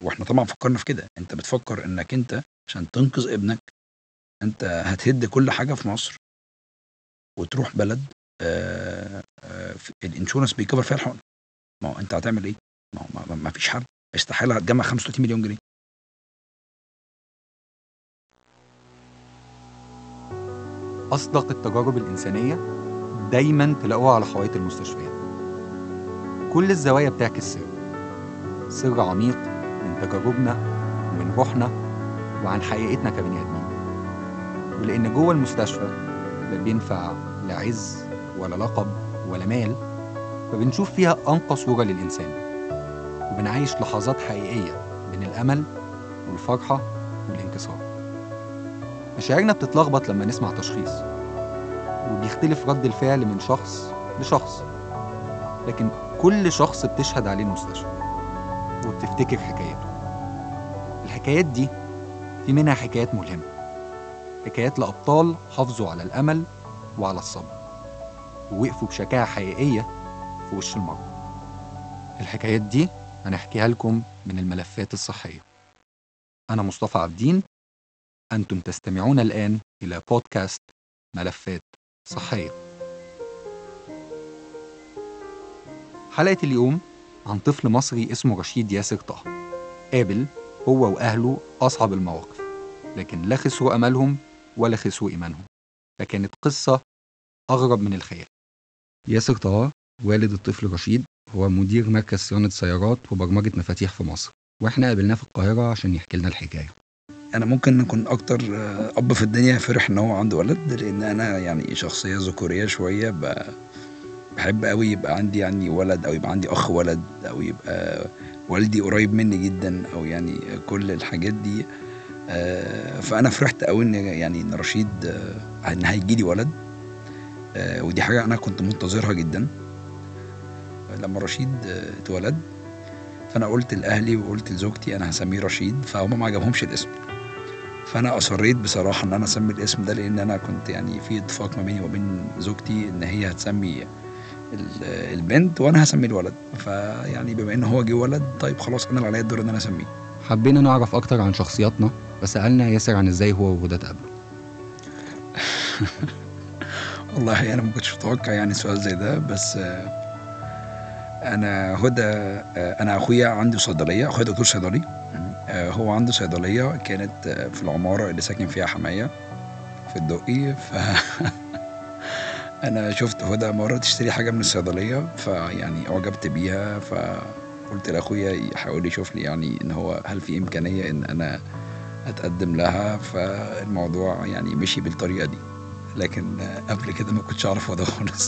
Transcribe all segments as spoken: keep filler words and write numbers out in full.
واحنا طبعا فكرنا في كده. انت بتفكر انك انت عشان تنقذ ابنك انت هتهد كل حاجه في مصر وتروح بلد آه آه الانشورنس بيكفر فيها الحقن. ما هو انت هتعمل ايه؟ ما هو ما, ما فيش حل، استحاله هتجمع خمسة وثلاثين مليون جنيه. أصدق التجارب الإنسانية دايماً تلاقوها على حوائط المستشفيات. كل الزوايا بتعكس سر سر عميق من تجاربنا ومن روحنا وعن حقيقتنا كبني آدمين. ولأن جوه المستشفى لا بينفع لا عز ولا لقب ولا مال، فبنشوف فيها أنقى صورة للإنسان، وبنعيش لحظات حقيقية من الأمل والفرحة والانكسار. مشاعرنا بتتلخبط لما نسمع تشخيص، وبيختلف رد الفعل من شخص لشخص، لكن كل شخص بتشهد عليه المستشفى وبتفتكر حكايته. الحكايات دي في منها حكايات ملهمة، حكايات لأبطال حافظوا على الأمل وعلى الصبر ووقفوا بشجاعة حقيقية في وش المرض. الحكايات دي هنحكيها لكم من الملفات الصحية. أنا مصطفى عبدين، أنتم تستمعون الآن إلى بودكاست ملفات صحية. حلقة اليوم عن طفل مصري اسمه رشيد ياسر طه. قابل هو وأهله أصعب المواقف، لكن لا خسروا أملهم ولا خسروا إيمانهم، فكانت قصة أغرب من الخيال. ياسر طه والد الطفل رشيد هو مدير مركز صيانة سيارات وبرمجة مفاتيح في مصر، وإحنا قابلناه في القاهرة عشان يحكي لنا الحكاية. انا ممكن نكون اكتر اب في الدنيا فرح ان هو عنده ولد، لان انا يعني شخصيه ذكوريه شويه، بحب قوي يبقى عندي يعني ولد، او يبقى عندي اخ ولد، او يبقى والدي قريب مني جدا، او يعني كل الحاجات دي. فانا فرحت قوي ان يعني ان رشيد ان هيجي لي ولد، ودي حاجه انا كنت منتظرها جدا. لما رشيد اتولد فانا قلت لاهلي وقلت لزوجتي انا هسميه رشيد، فهم ما عجبهمش الاسم. فانا اصريت بصراحه ان انا اسمي الاسم ده، لان انا كنت يعني في اتفاق ما بيني وبين زوجتي ان هي هتسمي البنت وانا هسمي الولد. فيعني بما ان هو جه ولد، طيب خلاص انا اللي عليا الدور ان انا اسميه. حبينا نعرف اكتر عن شخصياتنا، فسالنا ياسر عن ازاي هو وهدى اتقابلوا. والله انا ما كنتش متوقع يعني سؤال زي ده، بس انا هدى انا اخويا عنده صيدليه، اخويا دكتور صيدلي، هو عنده صيدليه كانت في العماره اللي ساكن فيها حمايه في الدقي. ف انا شفت هدى مره تشتري حاجه من الصيدليه، فيعني اعجبت بيها، فقلت لاخويا يحاول يشوف لي يعني ان هو هل في امكانيه ان انا اتقدم لها. فالموضوع يعني مشي بالطريقه دي، لكن قبل كده ما كنتش اعرف هدى خالص.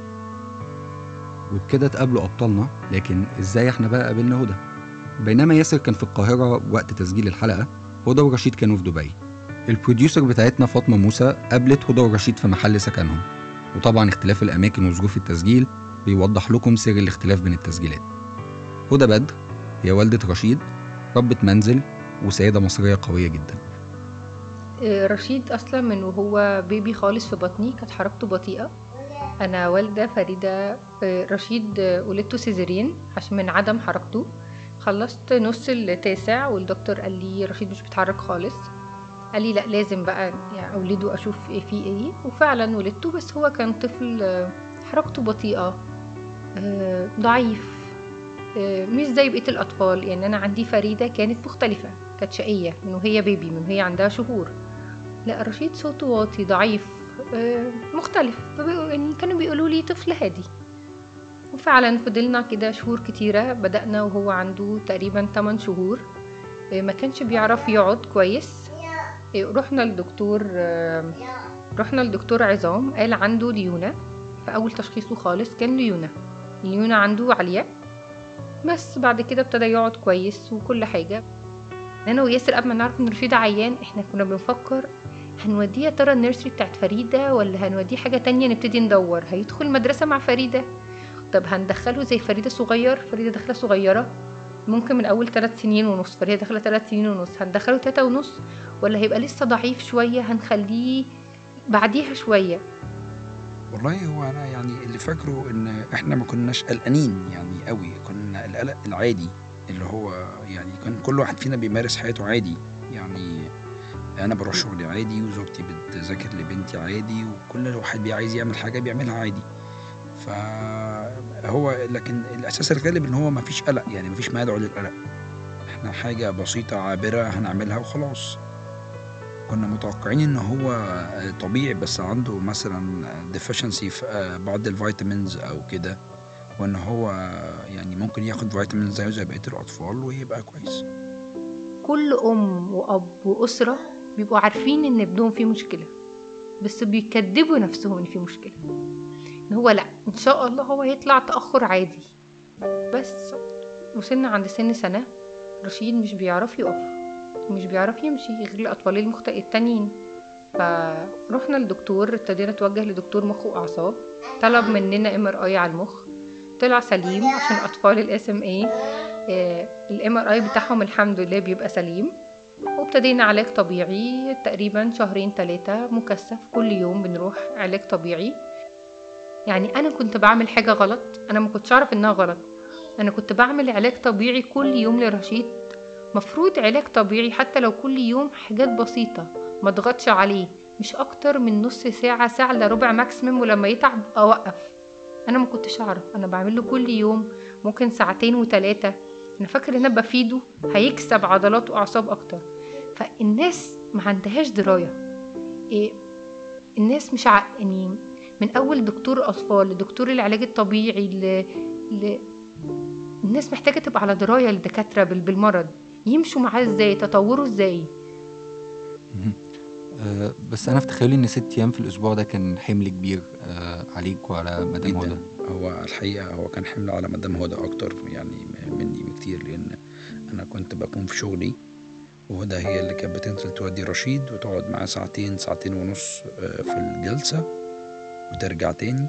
وبكده اتقابلوا ابطالنا. لكن ازاي احنا بقى قابلنا هدى؟ بينما ياسر كان في القاهره وقت تسجيل الحلقه، هدى ورشيد كانوا في دبي. البروديوسر بتاعتنا فاطمه موسى قابلت هدى ورشيد في محل سكنهم، وطبعا اختلاف الاماكن وظروف التسجيل بيوضح لكم سر الاختلاف بين التسجيلات. هدى بدر هي والدة رشيد، ربة منزل وسيدة مصرية قوية جدا. رشيد أصلا من وهو بيبي خالص في بطني كانت حركته بطيئة. أنا والدة فريدة، رشيد ولدته سيزرين عشان من عدم حركته. خلصت نص التاسع والدكتور قال لي رشيد مش بيتحرك خالص، قال لي لا لازم بقى يعني أولده أشوف إيه في إيه. وفعلا ولدته، بس هو كان طفل حركته بطيئة ضعيف، مش زي بقية الأطفال. يعني أنا عندي فريدة كانت مختلفة، كانت شقية من وهي بيبي، من وهي عندها شهور. لا رشيد صوته واطي ضعيف مختلف، يعني كانوا بيقولوا لي طفل هادي. وفعلا فضلنا كده شهور كتيرة. بدأنا وهو عنده تقريبا ثمانية شهور، ما كانش بيعرف يقعد كويس. رحنا للدكتور رحنا للدكتور عظام، قال عنده ليونة. فأول تشخيصه خالص كان ليونة ليونة عنده عالية، بس بعد كده ابتدى يقعد كويس وكل حاجة. انا وياسر قبل ما نعرف ان رشيد عيان احنا كنا بنفكر هنوديه ترى النيرسري بتاعت فريدة ولا هنوديه حاجة تانية. نبتدي ندور هيدخل مدرسة مع فريدة، طب هندخله زي فريدة صغير، فريدة داخلة صغيرة ممكن من اول ثلاث سنين ونص، فريدة داخلة ثلاث سنين ونص هندخله ثلاثة ونص، ولا هيبقى لسه ضعيف شوية هنخليه بعديها شوية. والله هو انا يعني اللي فاكره ان احنا ما كناش قلقانين يعني قوي، كنا القلق العادي اللي هو يعني كان كل واحد فينا بيمارس حياته عادي، يعني انا بروح شغلي عادي وزوجتي بتذاكر لبنتي عادي، وكل واحد بي عايز يعمل حاجه بيعملها عادي. فهو لكن الاساس الغالب ان هو مفيش قلق، يعني مفيش مدعو للقلق، احنا حاجه بسيطه عابره هنعملها وخلاص. كنا متوقعين ان هو طبيعي بس عنده مثلا deficiency في بعض الفيتامينز او كده، وان هو يعني ممكن ياخد فيتامين زيه زي بقيه الاطفال ويبقى كويس. كل ام واب واسره بيبقوا عارفين ان ابنهم فيه مشكله، بس بيكذبوا نفسهم ان فيه مشكله، ان هو لا ان شاء الله هو هيطلع تاخر عادي. بس وصلنا عند سن سنه رشيد مش بيعرف يقف، مش بيعرف يمشي غير الاطفال المخت... التانيين. فروحنا للدكتور، ابتدينا نتوجه لدكتور مخ واعصاب، طلب مننا ام ار اي على المخ، طلع سليم عشان اطفال الاس ام اي الام ار اي بتاعهم الحمد لله بيبقى سليم. وابتدينا علاج طبيعي تقريبا شهرين ثلاثة مكثف، كل يوم بنروح علاج طبيعي. يعني انا كنت بعمل حاجة غلط، انا ما كنتش اعرف انها غلط، انا كنت بعمل علاج طبيعي كل يوم لرشيد. مفروض علاج طبيعي حتى لو كل يوم حاجات بسيطة ما ضغطش عليه، مش اكتر من نص ساعة ساعة الا ربع ماكسيمم، ولما يتعب اوقف. انا ما كنتش اعرف، انا بعمل له كل يوم ممكن ساعتين وثلاثة، انا فاكر ان انا بفيده هيكسب عضلات واعصاب اكتر. فالناس ما عندهاش درايه، إيه الناس مش ع... يعني من اول دكتور اطفال لدكتور العلاج الطبيعي ل... ل... الناس محتاجه تبقى على درايه للدكاتره بال... بالمرض، يمشوا معاه ازاي، تطوره ازاي. أه بس انا في تخيلي ان ست ايام في الاسبوع ده كان حمل كبير أه عليك وعلى مدام هدى. هو الحقيقه هو كان حمل على مدام هدى اكتر يعني مني بكتير، لان انا كنت بكون في شغلي وهدى هي اللي كانت بتنزل تودي رشيد وتقعد معاه ساعتين ساعتين ونص في الجلسه وترجع تاني.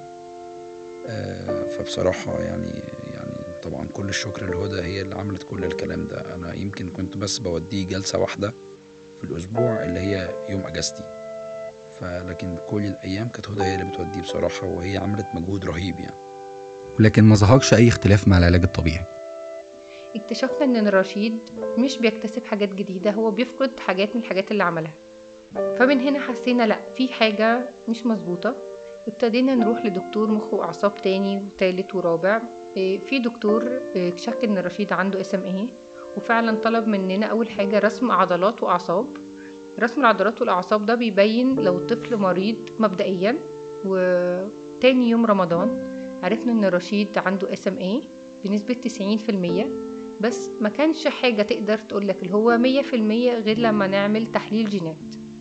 فبصراحه يعني يعني طبعا كل الشكر لهدى، هي اللي عملت كل الكلام ده. انا يمكن كنت بس بوديه جلسه واحده في الاسبوع اللي هي يوم اجازتي، فلكن كل الايام كانت هدى هي اللي بتوديه بصراحه، وهي عملت مجهود رهيب يعني. ولكن ما ظهرش اي اختلاف مع العلاج الطبيعي. اكتشفنا ان رشيد مش بيكتسب حاجات جديده، هو بيفقد حاجات من الحاجات اللي عملها. فمن هنا حسينا لا في حاجه مش مظبوطه، ابتدينا نروح لدكتور مخ واعصاب تاني وتالت ورابع. في دكتور شك ان رشيد عنده اس ام اي، وفعلا طلب مننا اول حاجه رسم عضلات واعصاب. رسم العضلات والاعصاب ده بيبين لو الطفل مريض مبدئيا. وتاني يوم رمضان عرفنا ان رشيد عنده اس ام اي بنسبه تسعين في المية، بس ما كانش حاجه تقدر تقولك اللي هو مية في المية غير لما نعمل تحليل جينات.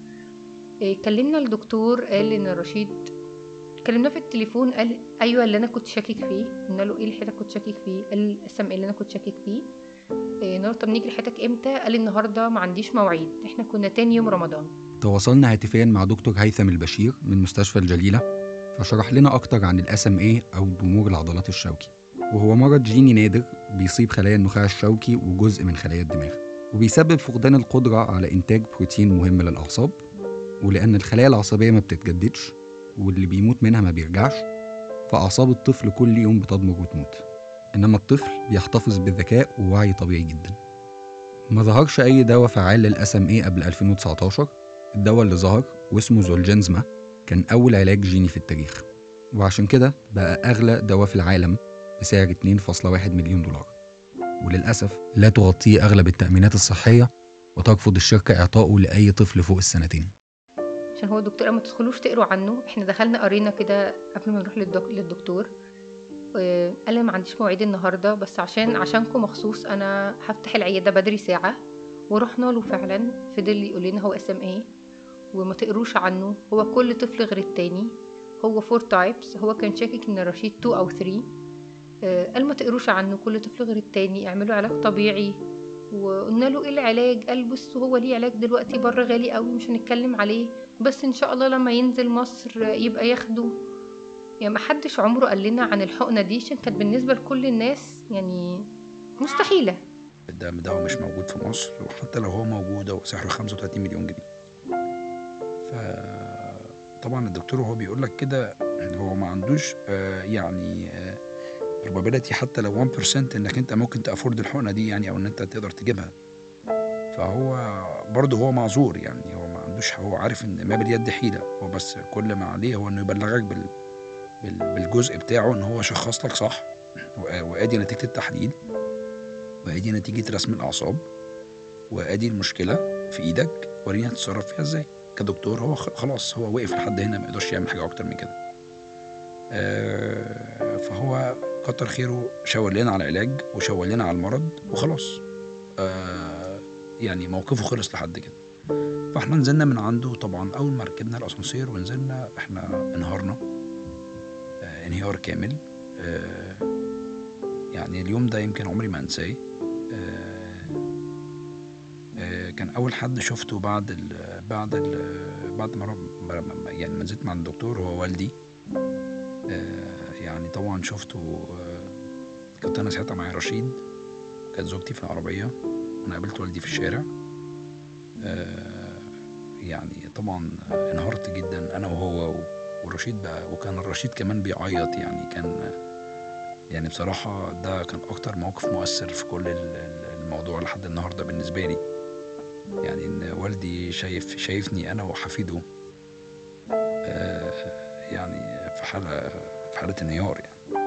كلمنا الدكتور قال ان رشيد، كلمناه في التليفون قال ايوه اللي انا كنت شاكك فيه. قلنا له ايه اللي حضرتك كنت شاكك فيه؟ قال الاس ام اي اللي انا كنت شاكك فيه. قلنا له طب نيجي لحضرتك امتى؟ قال النهارده ما عنديش مواعيد، احنا كنا تاني يوم رمضان. تواصلنا هاتفيا مع دكتور هيثم البشير من مستشفى الجليله، فشرح لنا اكتر عن الاس ام اي او ضمور العضلات الشوكي، وهو مرض جيني نادر بيصيب خلايا النخاع الشوكي وجزء من خلايا الدماغ، وبيسبب فقدان القدره على انتاج بروتين مهم للاعصاب. ولان الخلايا العصبيه ما بتتجددش واللي بيموت منها ما بيرجعش، فاعصاب الطفل كل يوم بتضمر وتموت، انما الطفل بيحتفظ بالذكاء ووعي طبيعي جدا. ما ظهرش اي دواء فعال للاس ام اي قبل ألفين وتسعتاشر. الدواء اللي ظهر واسمه زولجنزما كان اول علاج جيني في التاريخ، وعشان كده بقى اغلى دواء في العالم بسعر اتنين فاصلة واحد مليون دولار، وللاسف لا تغطيه اغلب التامينات الصحيه، وترفض الشركه اعطائه لاي طفل فوق السنتين. عشان هو الدكتور ما تدخلوش تقروا عنه، احنا دخلنا قرينا كده قبل ما نروح للدك... للدكتور. قال لي ما عنديش مواعيد النهارده، بس عشان عشانكم مخصوص انا هفتح العياده بدري ساعه. ورحنا له فعلا، فضل يقول لنا هو اس ام اي وما تقروش عنه، هو كل طفل غير التاني، هو فور تايبس. هو كان شاكك ان رشيد تو او ثري. قال ما تقروش عنه، كل طفل غير التاني، اعملوا علاج طبيعي. وقلنا له ايه العلاج؟ قال بص هو ليه علاج دلوقتي بره غالي قوي مش هنتكلم عليه، بس ان شاء الله لما ينزل مصر يبقى ياخده. يعني ما حدش عمره قال لنا عن الحقنه دي، عشان كانت بالنسبه لكل الناس يعني مستحيله. ده دواء مش موجود في مصر، وحتى لو هو موجود هو سعره خمسة وتلاتين مليون جنيه. فطبعا الدكتور وهو بيقول لك كده هو ما عندوش آه يعني آه probability حتى لو واحد بالمية انك انت ممكن تافورد الحقنه دي يعني، او ان انت تقدر تجيبها. فهو برضه هو معذور يعني، هو ما عندوش، هو عارف ان ما باليد حيله، هو بس كل ما عليه هو انه يبلغك بال بال- بالجزء بتاعه ان هو شخص لك صح، وآ- وادي نتيجه التحليل، وادي نتيجه رسم الاعصاب، وادي المشكله في ايدك، وريني هتتصرف فيها ازاي. كدكتور هو خ- خلاص هو وقف لحد هنا، ما يقدرش يعمل حاجه اكتر من كده. آه، فهو كتر خيره شاور لنا على العلاج وشاور لنا على المرض وخلاص. آه، يعني موقفه خلص لحد كده. فاحنا نزلنا من عنده، طبعا اول ما ركبنا الاسانسير ونزلنا احنا انهارنا آه، انهيار كامل. آه، يعني اليوم ده يمكن عمري ما انساه. آه، آه، كان اول حد شفته بعد ال بعد ال بعد ما رب- ما- ما- يعني ما نزلت مع الدكتور هو والدي. آه، يعني طبعا شفته. آه، كنت انا ساعتها معايا رشيد، كانت زوجتي في العربيه، انا قابلت والدي في الشارع. آه، يعني طبعا انهارت جدا انا وهو و- ورشيد بقى، وكان الرشيد كمان بيعيط يعني. كان يعني بصراحة ده كان أكتر موقف مؤثر في كل ال- ال- الموضوع لحد النهاردة بالنسبة لي. يعني إن والدي شايف شايفني أنا وحفيده آه، يعني في حالة في حالة انهيار يعني.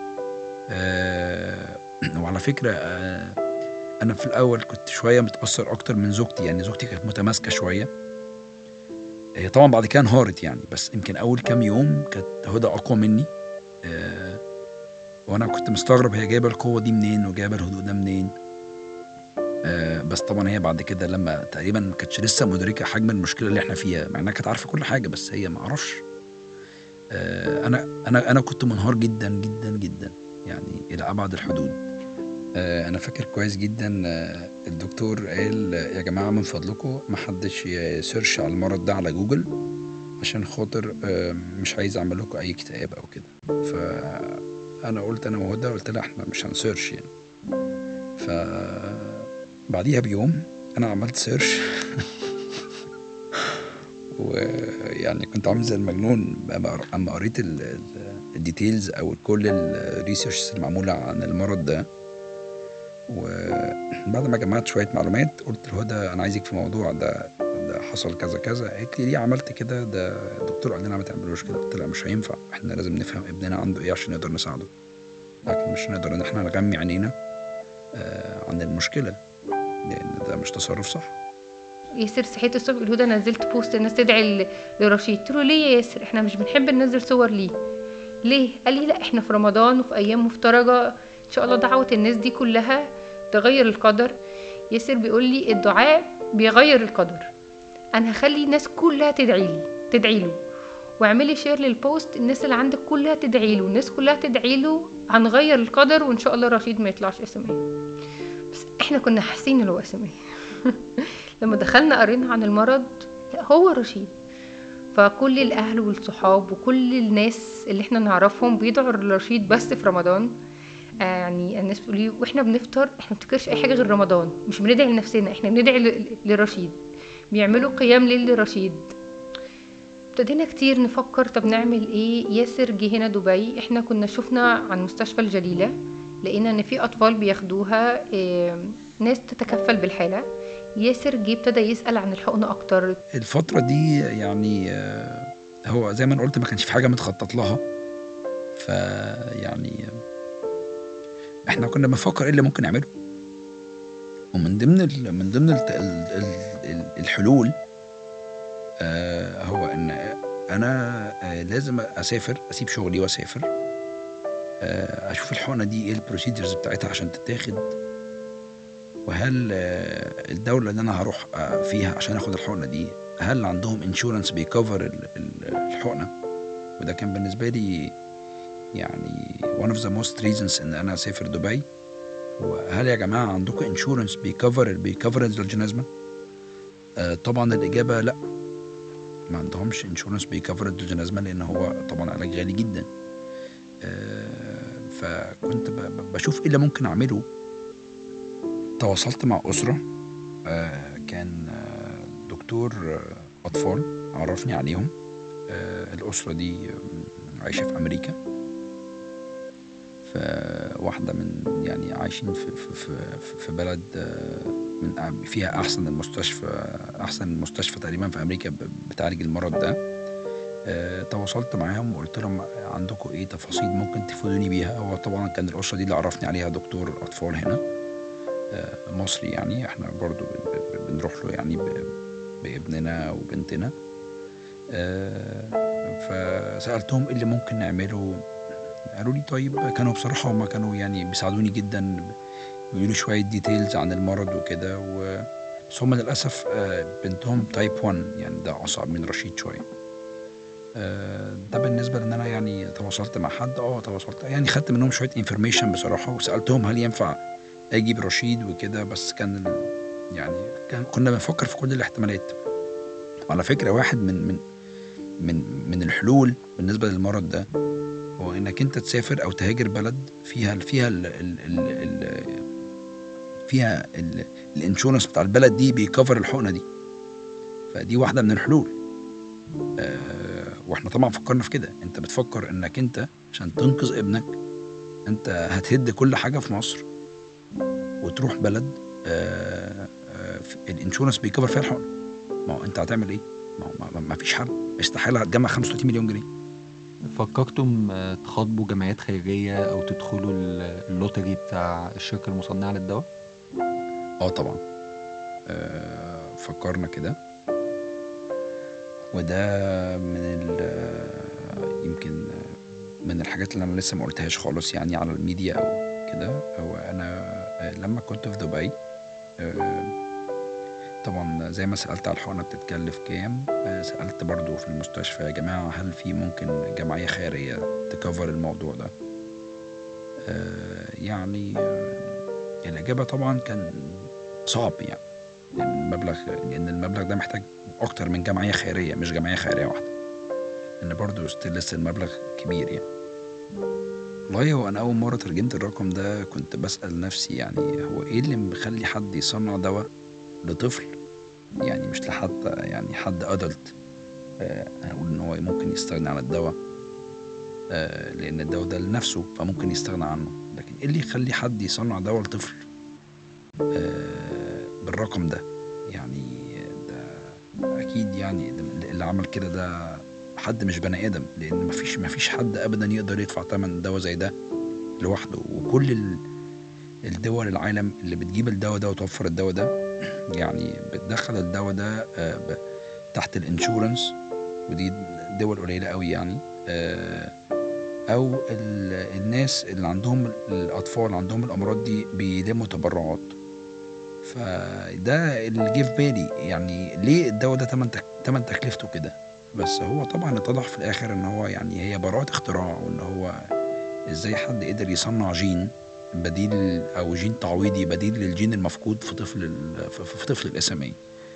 آه، وعلى فكرة آه، أنا في الأول كنت شوية متأثر أكتر من زوجتي، يعني زوجتي كانت متماسكة شوية. هي طبعا بعد كده انهارت يعني، بس يمكن أول كام يوم كانت هدى أقوى مني. آه، وأنا كنت مستغرب هي جايبة القوة دي منين وجايبة الهدوء ده منين. آه، بس طبعا هي بعد كده لما تقريبا ما كانتش لسه مدركة حجم المشكلة اللي احنا فيها، مع انها كانت عارفة كل حاجة بس هي ما اعرفش. آه، انا انا انا كنت منهار جدا جدا جدا يعني الى ابعد الحدود. آه، انا فاكر كويس جدا. آه، الدكتور قال آه، يا جماعة من فضلكم ما حدش يسيرش على المرض ده على جوجل، عشان خاطر آه، مش عايز اعمل لكم اي اكتئاب او كده. فانا قلت انا وهدى، قلت لها احنا مش هنسيرش يعني. ف بعديها بيوم انا عملت سيرش ويعني كنت عامل زي المجنون اما أما قريت ال- ال- الديتيلز او كل الريسيرش المعموله عن المرض ده. وبعد ما جمعت شويه معلومات قلت لهدى انا عايزك في موضوع ده، ده حصل كذا كذا. قالت لي ليه عملت كده؟ ده الدكتور قال لنا ما تعملوش كده. قلت لها مش هينفع، احنا لازم نفهم ابننا عنده ايه عشان نقدر نساعده، لكن مش نقدر ان احنا نغمي عينينا آه، عن المشكله، لان ده مش تصرف صح. ياسر صحيت الصبح الهدى نزلت بوست الناس تدعي ل- لرشيد. قلت له ليه يا ياسر؟ احنا مش بنحب ننزل صور ليه؟ ليه؟ قال لي لا احنا في رمضان وفي ايام مفترجه، ان شاء الله دعوه الناس دي كلها تغير القدر. ياسر بيقول لي الدعاء بيغير القدر، انا هخلي الناس كلها تدعي لي تدعي له، واعملي شير للبوست، الناس اللي عندك كلها تدعي له، الناس كلها تدعي له، هنغير القدر وان شاء الله رشيد ما يطلعش اسم ايه. بس احنا كنا حاسين ان هو اسم ايه. لما دخلنا قرينا عن المرض، لا هو رشيد. فكل الاهل والصحاب وكل الناس اللي احنا نعرفهم بيدعوا لرشيد بس في رمضان. آه يعني الناس بتقول لي واحنا بنفطر احنا ما بنفتكرش اي حاجه غير رمضان، مش بندعي لنفسنا، احنا بندعي ل- لرشيد. بيعملوا قيام ليل لرشيد. ابتدينا كتير نفكر طب نعمل ايه. ياسر جه هنا دبي، احنا كنا شفنا عن مستشفى الجليلة، لقينا ان في اطفال بياخدوها إيه، ناس تتكفل بالحالة. ياسر جه ابتدى يسأل عن الحقنة اكتر. الفترة دي يعني آه، هو زي ما انا قلت ما كانش في حاجة متخطط لها. فيعني احنا كنا بنفكر ايه اللي ممكن نعمله، ومن ضمن ال... من ضمن ال... ال... ال... ال- الحلول آه هو ان انا آه لازم اسافر، اسيب شغلي واسافر آه اشوف الحقنة دي ايه البروسيدرز بتاعتها عشان تتاخد، وهل آه الدولة اللي انا هروح آه فيها عشان اخد الحقنة دي هل عندهم انشورنس بيكفر ال- ال- الحقنة. وده كان بالنسبة لي يعني one of the most reasons ان انا اسافر دبي. وهل يا جماعه عندكم انشورنس بيكفر بيكفر الجنازمه؟ آه طبعا الاجابه لا، ما عندهمش انشورنس بيكفر الجنازمه، لان هو طبعا علاج غالي جدا. آه فكنت ب- ب- بشوف ايه اللي ممكن اعمله. تواصلت مع اسره آه كان آه دكتور آه اطفال عرفني عليهم. آه الاسره دي آه، عايشه في امريكا. ف في واحدة من يعني عايشين في في في, في بلد آه، من أع- فيها أحسن المستشفى أحسن مستشفى تقريبا في أمريكا ب- بتعالج المرض ده. آه، تواصلت معاهم وقلت لهم عندكم إيه تفاصيل ممكن تفيدوني بيها. هو طبعا كان الأسرة دي اللي عرفني عليها دكتور أطفال هنا آه، مصري، يعني احنا برضو بن- بن- بنروح له يعني ب- بابننا وبنتنا. آه، فسألتهم ايه اللي ممكن نعمله. قالوا لي طيب، كانوا بصراحة هما كانوا يعني بيساعدوني جدا، بيقولوا شوية ديتيلز عن المرض وكده و... بس هما للأسف آه، بنتهم تايب واحد، يعني ده أصعب من رشيد شوية. آه، ده بالنسبة لأن أنا يعني تواصلت مع حد اه تواصلت يعني خدت منهم شوية انفورميشن بصراحة، وسألتهم هل ينفع أجيب رشيد وكده. بس كان ال... يعني كان كنا بنفكر في كل الاحتمالات. وعلى فكرة واحد من من من من الحلول بالنسبة للمرض ده هو انك انت تسافر او تهاجر بلد فيها فيها ال ال ال ال فيها ال الانشورنس بتاع البلد دي بيكفر الحقنه دي. فدي واحده من الحلول. آه واحنا طبعا فكرنا في كده. انت بتفكر انك انت عشان تنقذ ابنك انت هتهد كل حاجه في مصر وتروح بلد آه آه الانشورنس بيكفر فيها الحقنه. ما هو انت هتعمل ايه؟ ما هو ما ما فيش حل. استحاله هتجمع خمسة وثلاثين مليون جنيه. فكرتم آه، تخاطبوا جمعيات خيرية أو تدخلوا ال- اللوتري بتاع الشركة المصنعة للدواء؟ اه طبعا. آه فكرنا كده. وده من ال يمكن من الحاجات اللي انا لسه ما قلتهاش خالص يعني على الميديا او كده. هو انا آه، لما كنت في دبي آه، طبعا زي ما سألت على الحقنة بتتكلف كام، آه، سألت برضو في المستشفى يا جماعة هل في ممكن جمعية خيرية تكفر الموضوع ده. آه، يعني آه، الإجابة طبعا كان صعب يعني. لأن المبلغ لأن المبلغ ده محتاج أكتر من جمعية خيرية، مش جمعية خيرية واحدة. لأن برضو ستيل لسه المبلغ كبير يعني. والله هو أنا أول مرة ترجمت الرقم ده كنت بسأل نفسي يعني هو إيه اللي مخلي حد يصنع دواء لطفل، يعني مش لحد يعني حد أدلت هنقول إن هو ممكن يستغنى عن الدواء آه، لأن الدواء ده لنفسه فممكن يستغنى عنه. لكن إيه اللي يخلي حد يصنع دواء لطفل آه، بالرقم ده يعني؟ ده أكيد يعني ده- اللي عمل كده ده حد مش بني آدم، لأن مفيش مفيش حد أبدا يقدر يدفع ثمن دواء زي ده لوحده. وكل ال الدول العالم اللي بتجيب الدواء ده وتوفر الدواء ده يعني بتدخل الدواء ده آه، ب- تحت الانشورنس. ودي دول قليلة قوي يعني. آه، او ال- الناس اللي عندهم الاطفال عندهم الامراض دي بيلموا تبرعات. فده اللي جه في بالي يعني ليه الدواء ده تمن تك... تمن تكلفته كده. بس هو طبعا اتضح في الاخر ان هو يعني هي براءة اختراع، وان هو ازاي حد قدر يصنع جين بديل او جين تعويضي بديل للجين المفقود في طفل ال... في في طفل الاس ام اي.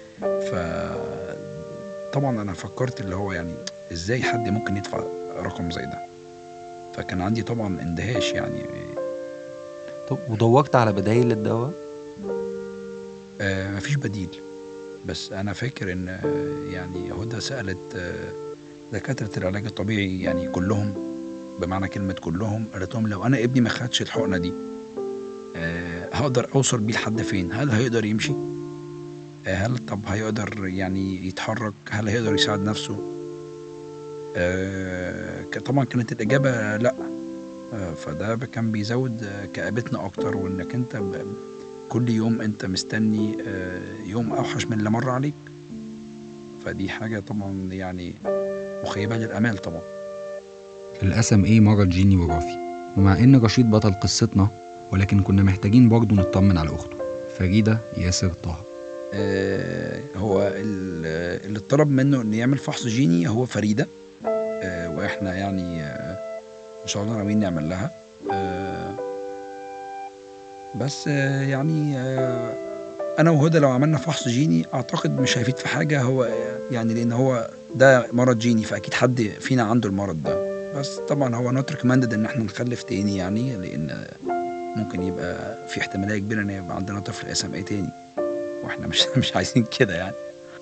فطبعا انا فكرت اللي هو يعني ازاي حد ممكن يدفع رقم زي ده. فكان عندي طبعا اندهاش يعني. طب ودورت على بدايل للدواء؟ آه مفيش بديل. بس انا فاكر ان آه، يعني هدى سألت آه، دكاترة العلاج الطبيعي يعني كلهم، بمعنى كلمة كلهم، قالت لهم لو انا ابني ما خدش الحقنة دي آه، هقدر اوصل بيه لحد فين؟ هل هيقدر يمشي؟ آه، هل طب هيقدر يعني يتحرك؟ هل هيقدر يساعد نفسه؟ آه، ك- طبعا كانت الإجابة لا. آه، فده ب- كان بيزود آه، كآبتنا أكتر، وإنك أنت ب- كل يوم أنت مستني آه، يوم أوحش من اللي مر عليك. فدي حاجة طبعا يعني مخيبة للآمال طبعا. الاس ام ايه مرض جيني وراثي، ومع ان رشيد بطل قصتنا ولكن كنا محتاجين برضه نطمن على اخته فريدة ياسر طه. آه، هو ال- اللي اتطلب منه إنه يعمل فحص جيني هو فريدة. آه، وإحنا يعني آه، إن شاء الله ناويين نعمل لها. آه، بس آه، يعني آه، انا وهدى لو عملنا فحص جيني اعتقد مش هيفيد في حاجه. هو يعني لان هو ده مرض جيني فاكيد حد فينا عنده المرض ده. بس طبعا هو نوت ريكومندد ان احنا نخلف تاني يعني، لان ممكن يبقى في احتماليه كبيره ان يبقى عندنا طفل اس ام اي تاني، واحنا مش مش عايزين كده يعني.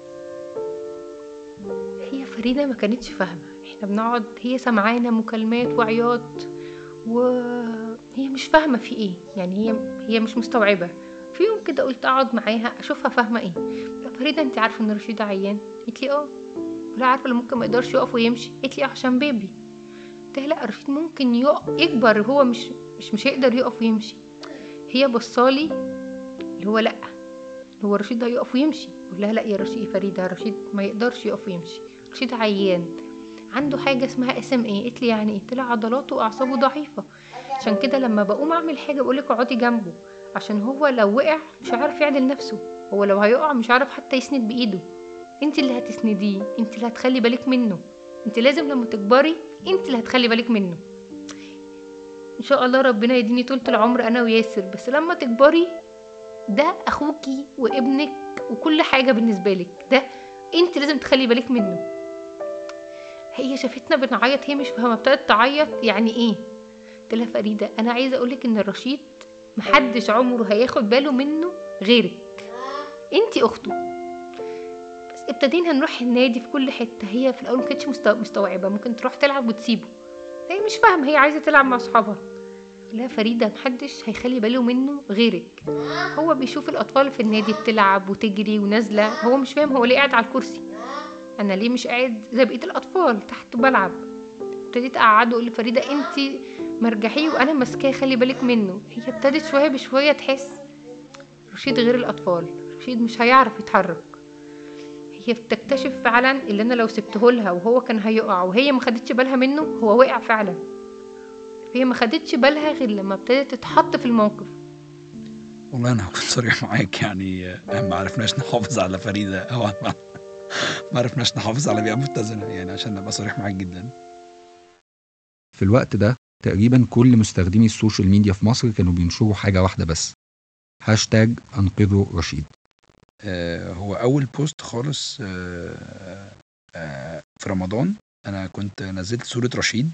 هي فريدة ما كانتش فاهمة، احنا بنقعد هي سمعانا مكالمات وعياط وهي هي مش فاهمة في ايه، يعني هي هي مش مستوعبة. في يوم كده قلت اقعد معاها اشوفها فاهمة ايه. يا فريدة انت عارفة ان رشيد عيان؟ قالت لي اه. ولا عارفة ممكن ما يقدرش يقف ويمشي؟ قالت لي اه عشان بيبي. قلت لها لا، رشيد ممكن يكبر هو مش مش مش هيقدر يقف ويمشي. هي بصالي اللي هو لا، هو رشيد هيقف ويمشي. قلت لها لا يا رشيد يا فريدة، رشيد ما يقدرش يقف ويمشي، رشيد عيان عنده حاجة اسمها اس ام ايه. قلت لي يعني ايه؟ طلع عضلاته واعصابه ضعيفة، عشان كده لما بقوم اعمل حاجة بقولك اقعدي جنبه، عشان هو لو وقع مش عارف يعدل نفسه، هو لو هيقع مش عارف حتى يسند بايده. انت اللي هتسنديه، انت اللي هتخلي بالك منه، انت لازم لما تكبري انت اللي هتخلي بالك منه. ان شاء الله ربنا يديني طولة العمر انا وياسر، بس لما تكبري ده اخوكي وابنك وكل حاجة بالنسبة لك، ده انت لازم تخلي بالك منه. هي شافتنا بنعيط، هي مش فاهمة، ابتدت تعيط يعني ايه. قلت لها فريدة انا عايزة اقولك ان الرشيد محدش عمره هياخد باله منه غيرك، انتي اخته. بس ابتدينا نروح النادي في كل حتة. هي في الاول مكانتش مستوعبة، ممكن تروح تلعب وتسيبه، هي مش فاهمة، هي عايزة تلعب مع صحابها. لا فريدة محدش هيخلي باله منه غيرك، هو بيشوف الاطفال في النادي بتلعب وتجري ونازلة، هو مش فاهم هو ليه قاعد على الكرسي، انا ليه مش قاعد زي بقية الاطفال تحت بلعب. ابتديت اقعده اقول لفريدة انتي مرجحيه وانا ماسكاه خلي بالك منه. هي ابتدت شوية بشوية تحس رشيد غير الاطفال، رشيد مش هيعرف يتحرك. هي بتكتشف فعلا اللي انا لو سبته لها وهو كان هيقع وهي ما خدتش بالها منه، هو وقع فعلا. هي ما خدتش بالها غير لما ابتدت تتحط في الموقف. والله انا هكون صريح معاك، يعني ما عرفناش نحافظ على فريدة او ما ما عرفناش نحافظ على بيئة متزنة، يعني عشان نبقى صريح معاك جدا. في الوقت ده تقريبا كل مستخدمي السوشيال ميديا في مصر كانوا بينشروا حاجة واحدة بس، هاشتاج أنقذوا رشيد. آه هو أول بوست خالص آه آه في رمضان أنا كنت نزلت صورة رشيد،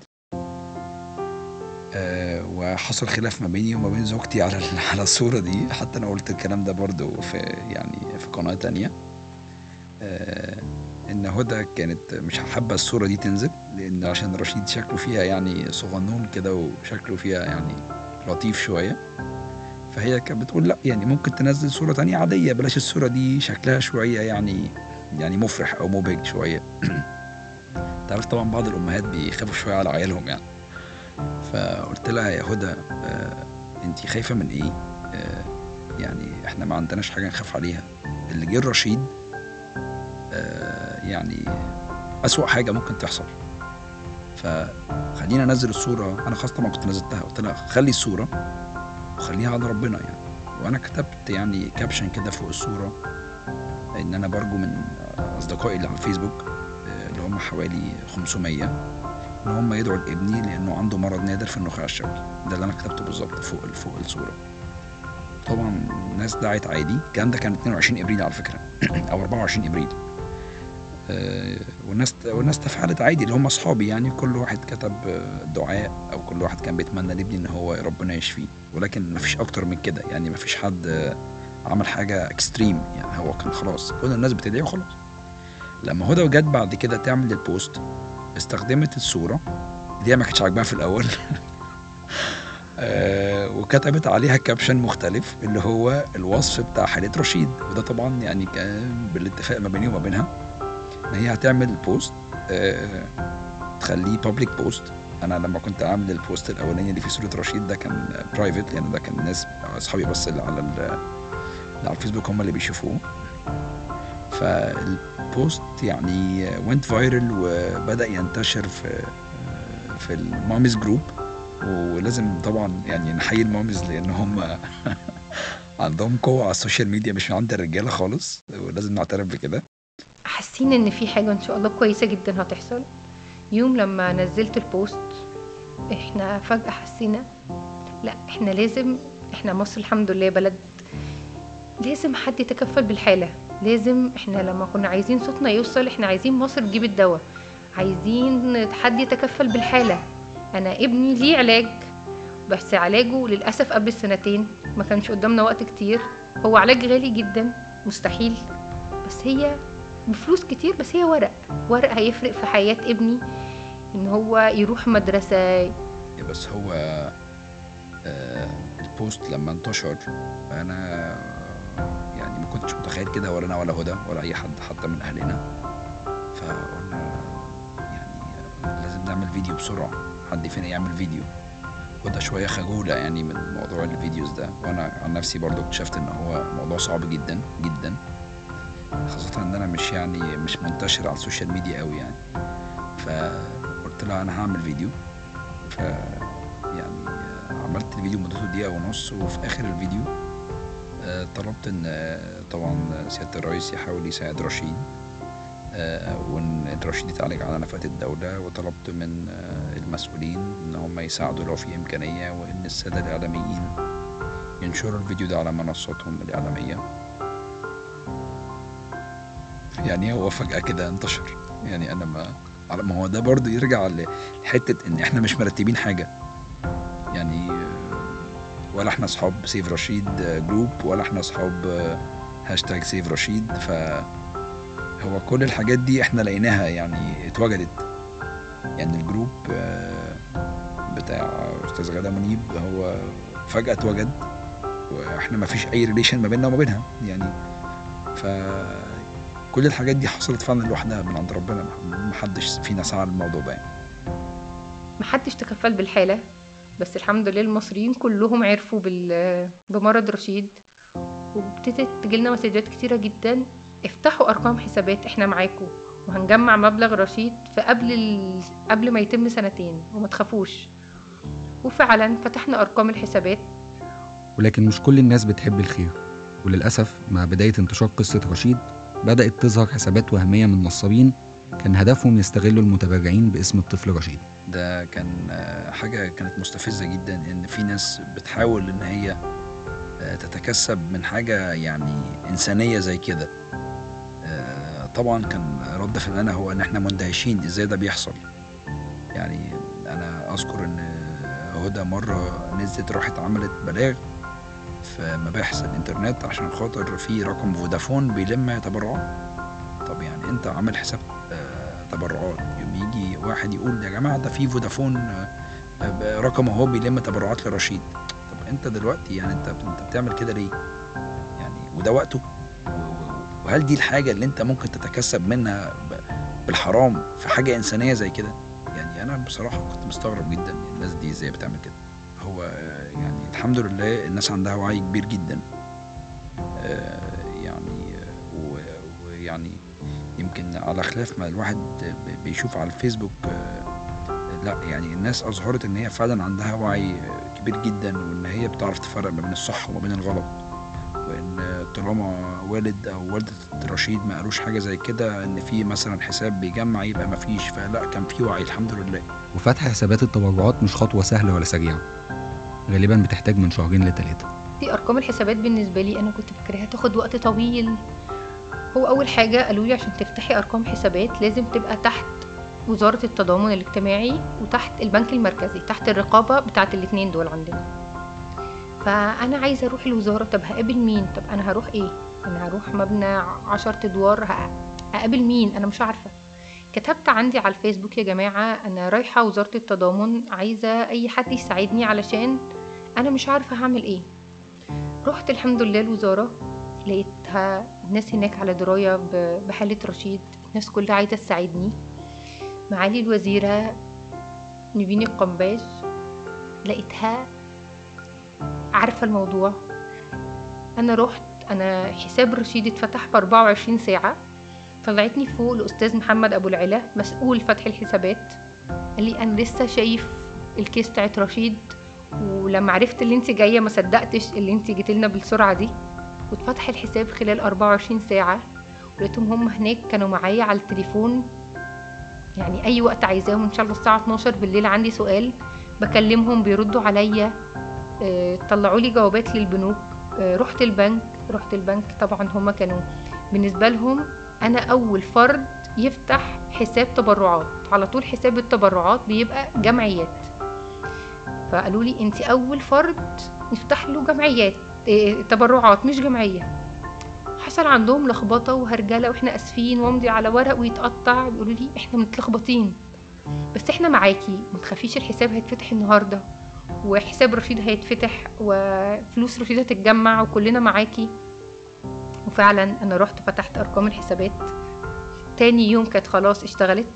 آه وحصل خلاف ما بيني وما بين زوجتي على على الصورة دي، حتى أنا قلت الكلام ده برضو في يعني في قناة تانية. آه إن هدى كانت مش حابة الصورة دي تنزل، لأن عشان رشيد شكله فيها يعني صغنون كده وشكله فيها يعني لطيف شوية، فهي كانت بتقول لا يعني ممكن تنزل صورة تانية عادية، بلاش الصورة دي شكلها شوية يعني يعني مفرح أو مبهج شوية. تعرف طبعا بعض الأمهات بيخافوا شوية على عيالهم يعني. فقلت لها يا هدى آه انتي خايفة من ايه؟ آه يعني احنا ما عندناش حاجة نخاف عليها، اللي جه رشيد آه يعني أسوأ حاجة ممكن تحصل، فخلينا ننزل الصورة. أنا خاصة ما كنت نزلتها، قلت لها خلي الصورة وخليها على ربنا يعني. وانا كتبت يعني كابشن كده فوق الصورة ان انا برجو من اصدقائي اللي على الفيسبوك اللي هم حوالي خمسمية ان هم يدعوا لابني لانه عنده مرض نادر في النخاع الشوكي. ده اللي انا كتبته بالظبط فوق فوق الصورة. طبعا الناس دعت عادي، الكلام ده كان اتنين وعشرين ابريل على فكرة او اربعة وعشرين ابريل. آه والناس والناس تفاعلت عادي اللي هم اصحابي، يعني كل واحد كتب دعاء او كل واحد كان بيتمنى لابني ان هو ربنا يشفيه، ولكن مفيش اكتر من كده يعني، مفيش حد عمل حاجه اكستريم يعني، هو كان خلاص كل الناس بتدعي وخلاص. لما هدى جت بعد كده تعمل البوست استخدمت الصوره دي ما كانتش عاجباها في الاول آه وكتبت عليها كابشن مختلف اللي هو الوصف بتاع حالة رشيد، وده طبعا يعني كان بالاتفاق ما بيني وما بينها ان هي هتعمل بوست آه تخليه بابليك بوست. انا لما كنت عامل البوست الاولاني اللي فيه صورة رشيد ده كان برايفت، لان ده كان الناس اصحابي بس اللي على اللي على الفيسبوك هم اللي بيشوفوه. فالبوست يعني went viral وبدأ ينتشر في في الماميز جروب، ولازم طبعا يعني نحيي الماميز لان هم عندهم قوة على السوشيال ميديا مش عند الرجالة خالص، ولازم نعترف بكده. حاسين ان في حاجة ان شاء الله كويسة جدا هتحصل. يوم لما نزلت البوست احنا فجأة حسينا لا احنا لازم، احنا مصر الحمد لله بلد لازم حد يتكفل بالحالة، لازم احنا لما كنا عايزين صوتنا يوصل، احنا عايزين مصر تجيب الدواء، عايزين حد يتكفل بالحالة. انا ابني ليه علاج بس علاجه للأسف قبل السنتين، ما كانش قدامنا وقت كتير، هو علاج غالي جدا مستحيل، بس هي بفلوس كتير، بس هي ورق ورق هيفرق في حياة ابني ان هو يروح مدرسة. بس هو آه، البوست لما انتشر انا يعني ما كنتش متخيل كده، ولا انا ولا هدى ولا اي حد حتى من اهلنا. فقلنا يعني لازم نعمل فيديو بسرعه، حد فينا يعمل فيديو. هدى شويه خجوله يعني من موضوع الفيديوز ده، وانا عن نفسي برضو اكتشفت ان هو موضوع صعب جدا جدا، خاصه ان انا مش يعني مش منتشر على السوشيال ميديا قوي يعني. فقلت لها انا هعمل فيديو. ف يعني عملت الفيديو مدته دقيقة ونص، وفي آخر الفيديو آه، طلبت إن آه، طبعا سيادة الرئيس يحاول يساعد رشيد، آه، وإن رشيد يتعالج على نفقات الدولة. وطلبت من آه، المسؤولين إن هم يساعدوا لو في إمكانية، وإن السادة الإعلاميين ينشروا الفيديو ده على منصاتهم الإعلامية. يعني هو فجأة كده انتشر. يعني أنا ما على- ما هو ده برضه يرجع لحتة إن إحنا مش مرتبين حاجة يعني. ولا احنا اصحاب سيف رشيد جروب، ولا احنا اصحاب هاشتاج سيف رشيد. فهو كل الحاجات دي احنا لقيناها يعني اتوجدت. يعني الجروب آه، بتاع استاذ غادة منيب هو فجأة اتوجد، واحنا ما فيش اي ريليشن ما بيننا وما بينها يعني. فكل الحاجات دي حصلت فعلا لوحدها من عند ربنا، محدش فينا سعى للموضوع ده يعني. محدش تكفل بالحالة، بس الحمد لله المصريين كلهم عرفوا بال- بمرض رشيد، وابتدت تجيلنا مسجات كتيرة جدا: افتحوا أرقام حسابات، احنا معاكم وهنجمع مبلغ رشيد في قبل ال... قبل ما يتم سنتين، وما تخافوش. وفعلا فتحنا أرقام الحسابات. ولكن مش كل الناس بتحب الخير، وللأسف مع بداية انتشار قصة رشيد بدأت تظهر حسابات وهمية من نصابين كان هدفهم يستغلوا المتبرعين باسم الطفل رشيد. ده كان آه، حاجة كانت مستفزة جدا، ان في ناس بتحاول ان هي آه، تتكسب من حاجة يعني إنسانية زي كده. آه، طبعا كان رد فعلنا هو ان احنا مندهشين ازاي ده بيحصل. يعني انا اذكر ان هدى مرة نزلت راحت عملت بلاغ في مباحث الانترنت عشان خاطر في رقم فودافون بيلم تبرعات. طب يعني انت عامل حساب آه، تبرعات، يوم يجي واحد يقول يا جماعة ده في فودافون آه، آه، رقم اهو بيلم تبرعات لرشيد. طب انت دلوقتي يعني انت انت بتعمل كده ليه يعني؟ وده وقته؟ وهل دي الحاجة اللي انت ممكن تتكسب منها ب- بالحرام في حاجة إنسانية زي كده؟ يعني أنا بصراحة كنت مستغرب جدا الناس دي ازاي بتعمل كده. هو آه، يعني الحمد لله الناس عندها وعي كبير جدا. آه، يعني آه، و- ويعني يمكن على خلاف ما الواحد ب- بيشوف على الفيسبوك، آه، لا يعني الناس أظهرت إن هي فعلا عندها وعي آه، كبير جدا، وإن هي بتعرف تفرق ما بين الصح وما بين الغلط. وان طالما والد او والدة رشيد ما قالوش حاجة زي كده ان في مثلا حساب بيجمع، يبقى ما فيش. فلا، كان في وعي الحمد لله. وفتح حسابات التبرعات مش خطوة سهلة ولا سريعة، غالبا بتحتاج من شهرين لتلاتة. دي أرقام الحسابات بالنسبة لي أنا كنت فاكراها تاخد وقت طويل. هو أول حاجة قالوا لي عشان تفتحي أرقام حسابات لازم تبقى تحت وزارة التضامن الاجتماعي وتحت البنك المركزي، تحت الرقابة بتاعت الاتنين دول عندنا. فأنا عايزة أروح الوزارة، طب هقابل مين؟ طب أنا هروح إيه؟ أنا هروح مبنى عشرة أدوار، ه- هقابل مين؟ أنا مش عارفة. كتبت عندي على الفيسبوك: يا جماعة أنا رايحة وزارة التضامن، عايزة أي حد يساعدني علشان أنا مش عارفة هعمل إيه. رحت الحمد لله الوزارة، لقيتها الناس هناك على دراية ب- بحالة رشيد، الناس كلها عايزة تساعدني. معالي الوزيرة نبين القنباش لقيتها عارفة الموضوع. أنا رحت، أنا حساب رشيد اتفتح في أربعة وعشرين ساعة. طلعتني فوق الأستاذ محمد أبو العلا مسؤول فتح الحسابات، قال لي أنا لسه شايف الكيس بتاعت رشيد، ولما عرفت اللي انت جاية ما صدقتش اللي انت جيت لنا بالسرعة دي. واتفتح الحساب خلال أربعة وعشرين ساعة، ولقيتهم هم هناك كانوا معايا على التليفون. يعني أي وقت عايزاهم، إن شاء الله الساعة اتناشر بالليل عندي سؤال بكلمهم بيردوا عليا. اه طلعوا لي جوابات للبنوك. اه رحت البنك رحت البنك طبعا هم كانوا بالنسبة لهم أنا أول فرد يفتح حساب تبرعات. على طول حساب التبرعات بيبقى جمعيات، فقالوا لي انت اول فرد نفتح له جمعيات إيه تبرعات مش جمعيه. حصل عندهم لخبطه وهرجله، واحنا اسفين، وامضي على ورق ويتقطع. بيقولوا لي احنا متلخبطين بس احنا معاكي، ما تخافيش الحساب هيتفتح النهارده. وحساب رشيد هيتفتح وفلوس رشيد هتتجمع وكلنا معاكي. وفعلا انا رحت فتحت ارقام الحسابات، تاني يوم كانت خلاص اشتغلت.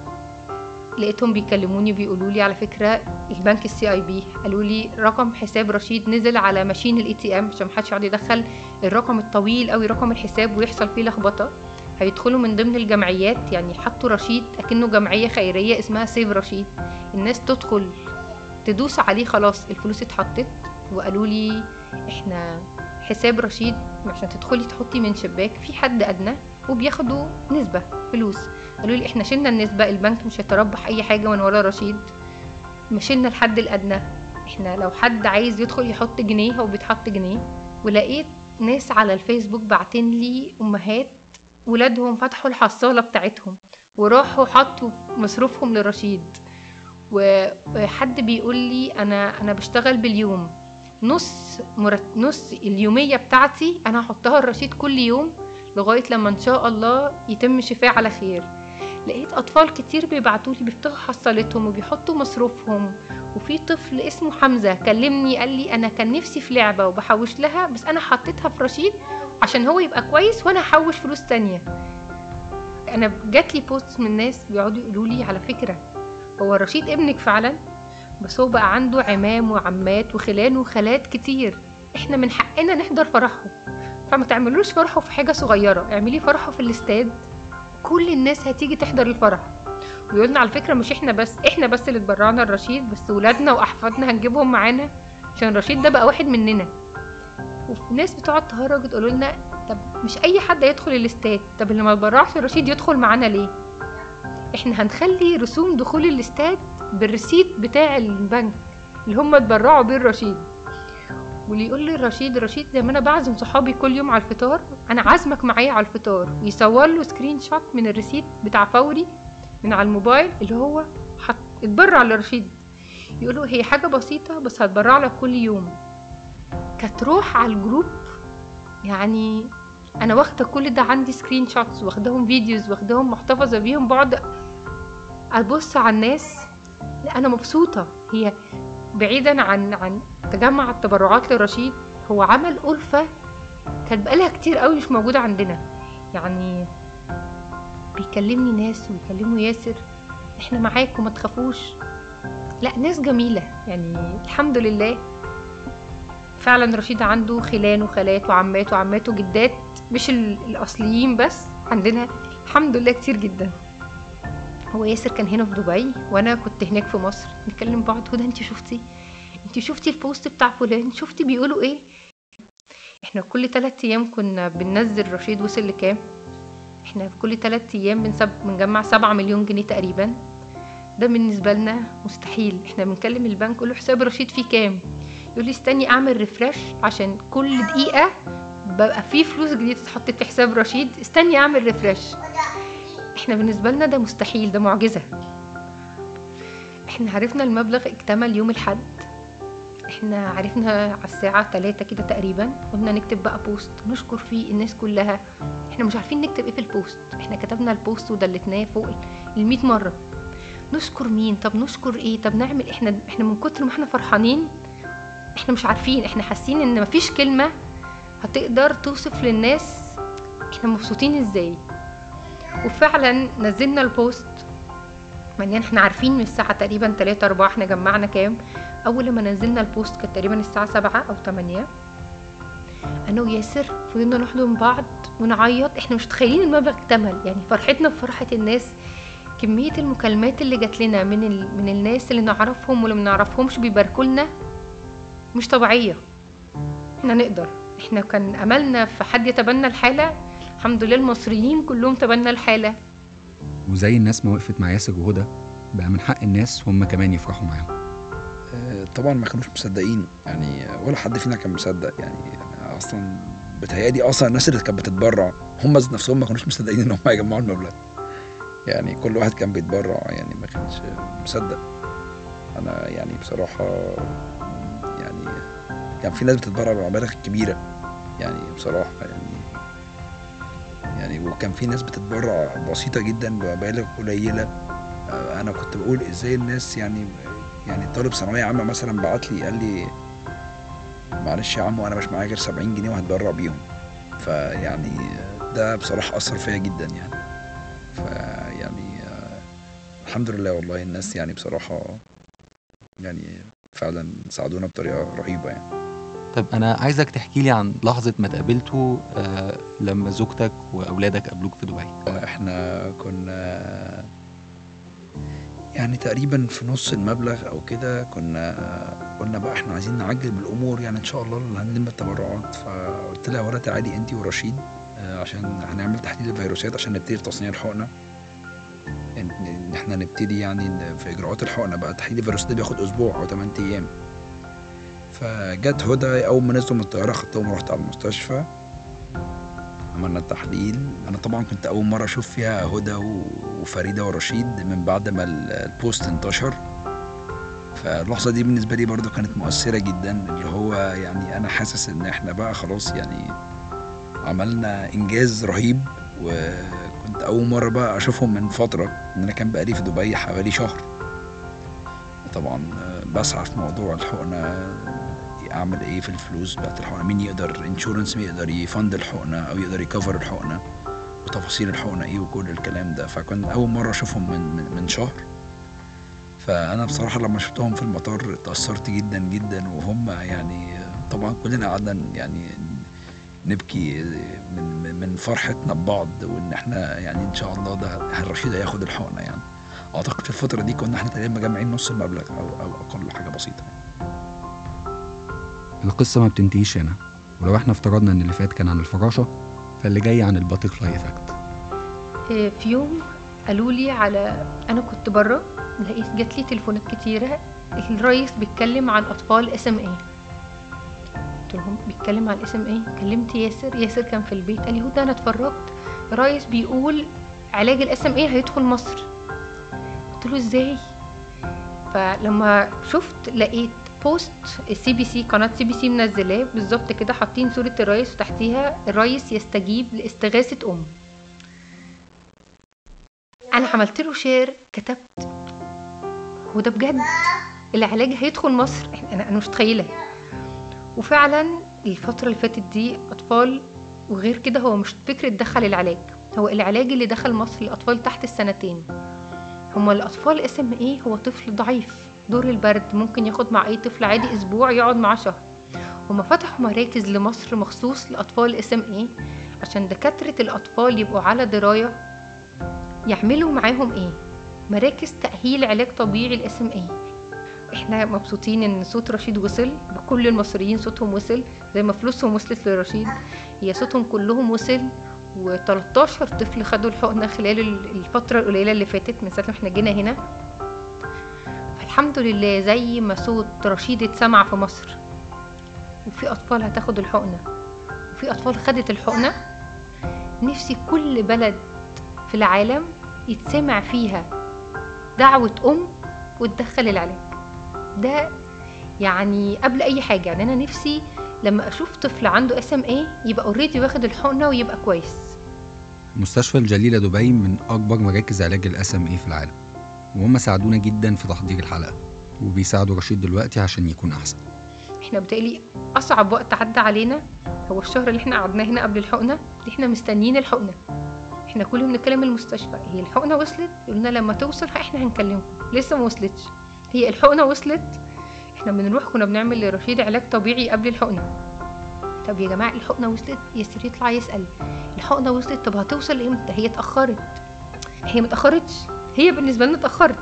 لقيتهم بيكلموني بيقولوا لي على فكره البنك السي اي بي قالوا لي رقم حساب رشيد نزل على ماشين الاي تي ام عشان محدش يقعد يدخل الرقم الطويل قوي رقم الحساب ويحصل فيه لخبطه. هيدخلوا من ضمن الجمعيات، يعني حطوا رشيد اكنه جمعيه خيريه اسمها سيف رشيد، الناس تدخل تدوس عليه خلاص الفلوس اتحطت. وقالوا لي احنا حساب رشيد عشان تدخلي تحطي من شباك في حد ادنى وبياخدوا نسبه فلوس. قالوا لي احنا شلنا النسبه، البنك مش هيتربح اي حاجه من ورا رشيد، ما شلنا الحد الادنى، احنا لو حد عايز يدخل يحط جنيه هو بيتحط جنيه. ولقيت ناس على الفيسبوك بعتين لي امهات ولادهم فتحوا الحصاله بتاعتهم وراحوا حطوا مصروفهم لرشيد. وحد بيقول لي انا انا بشتغل باليوم، نص مرت... نص اليوميه بتاعتي انا هحطها لرشيد كل يوم لغايه لما ان شاء الله يتم شفاء على خير. لقيت اطفال كتير بيبعتوا لي بيفتحوا حصالتهم وبيحطوا مصروفهم. وفي طفل اسمه حمزه كلمني قال لي انا كان نفسي في لعبه وبحوش لها بس انا حطيتها في رشيد عشان هو يبقى كويس وانا هحوش فلوس تانية. انا جات لي بوست من ناس بيقعدوا يقولوا لي على فكره هو رشيد ابنك فعلا، بس هو بقى عنده عمام وعمات وخلان وخالات كتير، احنا من حقنا نحضر فرحه، فما تعملوش فرحه في حاجه صغيره، اعملي فرحه في الاستاد كل الناس هتيجي تحضر الفرح. ويقولنا على فكره مش احنا بس احنا بس اللي اتبرعنا لرشيد، بس ولادنا واحفادنا هنجيبهم معانا عشان رشيد ده بقى واحد مننا. وناس بتقعد تهرج تقول لنا طب مش اي حد هيدخل الاستاد، طب اللي ما اتبرعش رشيد يدخل معانا ليه؟ احنا هنخلي رسوم دخول الاستاد بالريسيت بتاع البنك اللي هم اتبرعوا بيه الرشيد. واللي يقول لي رشيد رشيد زي ما انا بعزم صحابي كل يوم على الفطار انا عازمك معايا على الفطار، ويصور له سكرين شوت من الريسيت بتاع فوري من على الموبايل اللي هو حط اتبرع لرشيد، يقولوا هي حاجه بسيطه بس هتبرع لك كل يوم. كانت روح على الجروب، يعني انا واخده كل ده عندي سكرين شوتس واخدهم فيديوز واخدهم محتفظه بيهم، بقعد ابص على الناس لا انا مبسوطه. هي بعيدا عن عن تجمع التبرعات لرشيد هو عمل ألفة كانت بقالها كتير قوي مش موجوده عندنا. يعني بيكلمني ناس ويكلموا ياسر احنا معاكم ما تخافوش، لا ناس جميله يعني الحمد لله. فعلا رشيد عنده خلان وخالات وعمات وعمات وجدات مش الاصليين بس، عندنا الحمد لله كتير جدا. هو ياسر كان هنا في دبي وانا كنت هناك في مصر، نتكلم بعض هدى انت شفتي انت شفتي البوست بتاع فلان، شفتي بيقولوا ايه؟ احنا كل ثلاث ايام كنا بننزل رشيد وصل لكام، احنا في كل ثلاث ايام بنسب بنجمع سبعة مليون جنيه تقريبا. ده بالنسبه لنا مستحيل. احنا بنكلم البنك نقول له حساب رشيد فيه كام، يقول لي استني اعمل ريفرش عشان كل دقيقه بقى فيه فلوس جديده اتحطت في حساب رشيد، استني اعمل ريفرش. احنا بالنسبه لنا ده مستحيل، ده معجزه. احنا عرفنا المبلغ اكتمل يوم الحد، احنا عرفنا على الساعه ثلاثة كده تقريبا، قلنا نكتب بقى بوست نشكر فيه الناس كلها. احنا مش عارفين نكتب ايه في البوست، احنا كتبنا البوست ودلتناه فوق المية مره. نشكر مين؟ طب نشكر ايه؟ طب نعمل احنا احنا من كتر ما احنا فرحانين احنا مش عارفين، احنا حاسين ان مفيش كلمه هتقدر توصف للناس احنا مبسوطين ازاي. وفعلا نزلنا البوست، يعني احنا عارفين من الساعه تقريبا ثلاثة أربعة احنا جمعنا كام. اول لما نزلنا البوست كانت تقريبا الساعه سبعة او ثمانية، انا وياسر فضلنا نحضن بعض ونعيط، احنا مش متخيلين المبلغ اكتمل. يعني فرحتنا بفرحه الناس، كميه المكالمات اللي جات لنا من ال... من الناس اللي نعرفهم واللي ما نعرفهمش بيباركوا لنا مش طبيعيه. احنا نقدر، احنا كان املنا في حد يتبنى الحاله، الحمد لله المصريين كلهم تبنى الحاله. وزي الناس ما وقفت مع ياسر وهدى بقى من حق الناس هم كمان يفرحوا معاهم. آه، طبعا ما كانوش مصدقين، يعني ولا حد فينا كان مصدق. يعني أنا اصلا بتهيألي اصلا الناس اللي كانت بتتبرع هم نفسهم ما كانوش مصدقين ان هم هيجمعوا المبلغ. يعني كل واحد كان بيتبرع يعني ما كانش مصدق. انا يعني بصراحه يعني كان في ناس بتتبرع بمبالغ كبيره يعني بصراحه، يعني يعني وكان في ناس بتتبرع بسيطه جدا بمبالغ قليله. انا كنت بقول ازاي الناس يعني يعني طالب ثانويه عامه مثلا بعت لي قال لي معلش يا عم وانا مش معايا غير سبعين جنيه وهتبرع بيهم. فيعني ده بصراحه اثر فيا جدا يعني. فيعني آه، الحمد لله والله الناس يعني بصراحه يعني فعلا ساعدونا بطريقه رهيبه يعني. طب انا عايزك تحكي لي عن لحظة ما تقابلتوا آه لما زوجتك واولادك قابلوك في دبي. احنا كنا يعني تقريبا في نص المبلغ او كده، كنا قلنا بقى احنا عايزين نعجل بالامور يعني ان شاء الله اللي هنلم التبرعات. فقلت لها ولا تعالي انتي ورشيد آه، عشان هنعمل تحليل الفيروسات عشان نبتدي في تصنيع الحقنه. ان إن احنا نبتدي يعني إن في اجراءات الحقنه بقى تحليل الفيروسات ده بياخد اسبوع او ثمانية ايام. فجت هدى اول ما نزلوا من الطياره خدتهم ورحت على المستشفى عملنا التحليل. انا طبعا كنت اول مره اشوف فيها هدى و- وفريده ورشيد من بعد ما ال- البوست انتشر. فاللحظه دي بالنسبه لي برضو كانت مؤثره جدا، اللي هو يعني انا حاسس ان احنا بقى خلاص يعني عملنا انجاز رهيب. وكنت اول مره بقى اشوفهم من فتره، ان انا كان بقالي في دبي حوالي شهر. طبعا آه، بسعى في موضوع الحقنه، اعمل ايه في الفلوس بتاعت الحقنه، مين يقدر انشورنس يقدر يفند الحقنه او يقدر يكفر الحقنه وتفاصيل الحقنه ايه وكل الكلام ده. فكنت اول مره اشوفهم من من, من شهر. فانا بصراحه لما شفتهم في المطار اتاثرت جدا جدا، وهم يعني طبعا كلنا قعدنا يعني نبكي من من فرحتنا ببعض، وان احنا يعني ان شاء الله ده الرشيد هياخد الحقنه يعني. اعتقد في الفتره دي كنا احنا تقريبا مجمعين نص المبلغ او او اقل حاجه بسيطه. القصة ما بتنتهيش هنا، ولو احنا افترضنا ان اللي فات كان عن الفراشة، فاللي جاي عن الباترفلاي افكت. إيه، في يوم قالوا لي على انا كنت بره، لقيت جات لي تليفونات كتيره، الرئيس بيتكلم عن اطفال اس ام اي. قلت لهم بيتكلم عن اس ام اي؟ كلمت ياسر، ياسر كان في البيت قال لي هدى انا اتفرجت الرئيس بيقول علاج الاس ام اي هيدخل مصر. قلت له ازاي؟ فلما شفت لقيت بوست السي بي سي، قناه سي بي سي منزلاه بالظبط كده، حاطين صوره الرئيس وتحتيها الرئيس يستجيب لاستغاثه ام. انا عملت له شير، كتبت هو ده بجد العلاج هيدخل مصر؟ انا انا مش متخيله. وفعلا الفتره اللي فاتت دي اطفال، وغير كده هو مش فكره دخل العلاج، هو العلاج اللي دخل مصر للاطفال تحت السنتين. هما الاطفال اس ام ايه هو طفل ضعيف، دور البرد ممكن ياخد مع اي طفل عادي اسبوع، يقعد معاه شهر. هما فتحوا مراكز لمصر مخصوص لاطفال اس ام ايه عشان دكاتره الاطفال يبقوا على درايه يعملوا معاهم ايه، مراكز تأهيل علاج طبيعي الاس ام اي. احنا مبسوطين ان صوت رشيد وصل، بكل المصريين صوتهم وصل زي ما فلوسهم وصلت لرشيد، هي صوتهم كلهم وصل. و13 طفل خدوا الحقنة خلال الفترة القليلة اللي فاتت من ساعة ما احنا جينا هنا. فالحمد لله زي ما صوت رشيد اتسمع في مصر، وفي اطفال هتاخد الحقنة وفي اطفال خدت الحقنة، نفسي كل بلد في العالم يتسمع فيها دعوة أم وتدخل العلاج ده. يعني قبل أي حاجة، يعني أنا نفسي لما أشوف طفل عنده اس ام اي يبقى اوريدي واخد الحقنة ويبقى كويس. مستشفى الجليلة دبي من أكبر مراكز علاج الاس ام اي في العالم، وهم ساعدونا جدا في تحضير الحلقة، وبيساعدوا رشيد دلوقتي عشان يكون أحسن. احنا بتقلي أصعب وقت عدى علينا هو الشهر اللي احنا قعدناه هنا قبل الحقنة، اللي احنا مستنيين الحقنة. احنا كل يوم نتكلم المستشفى، هي الحقنة وصلت؟ يقولنا لما توصل احنا هنكلمكم، لسه ما وصلتش. هي الحقنة وصلت؟ احنا بنروح كنا بنعمل لرشيد علاج طبيعي قبل الحقنة. طب يا جماعة الحقنة وصلت؟ ياسر يطلع يسأل الحقنة وصلت، طب هتوصل امتى؟ هي اتأخرت. هي متأخرتش، هي بالنسبة لنا اتأخرت.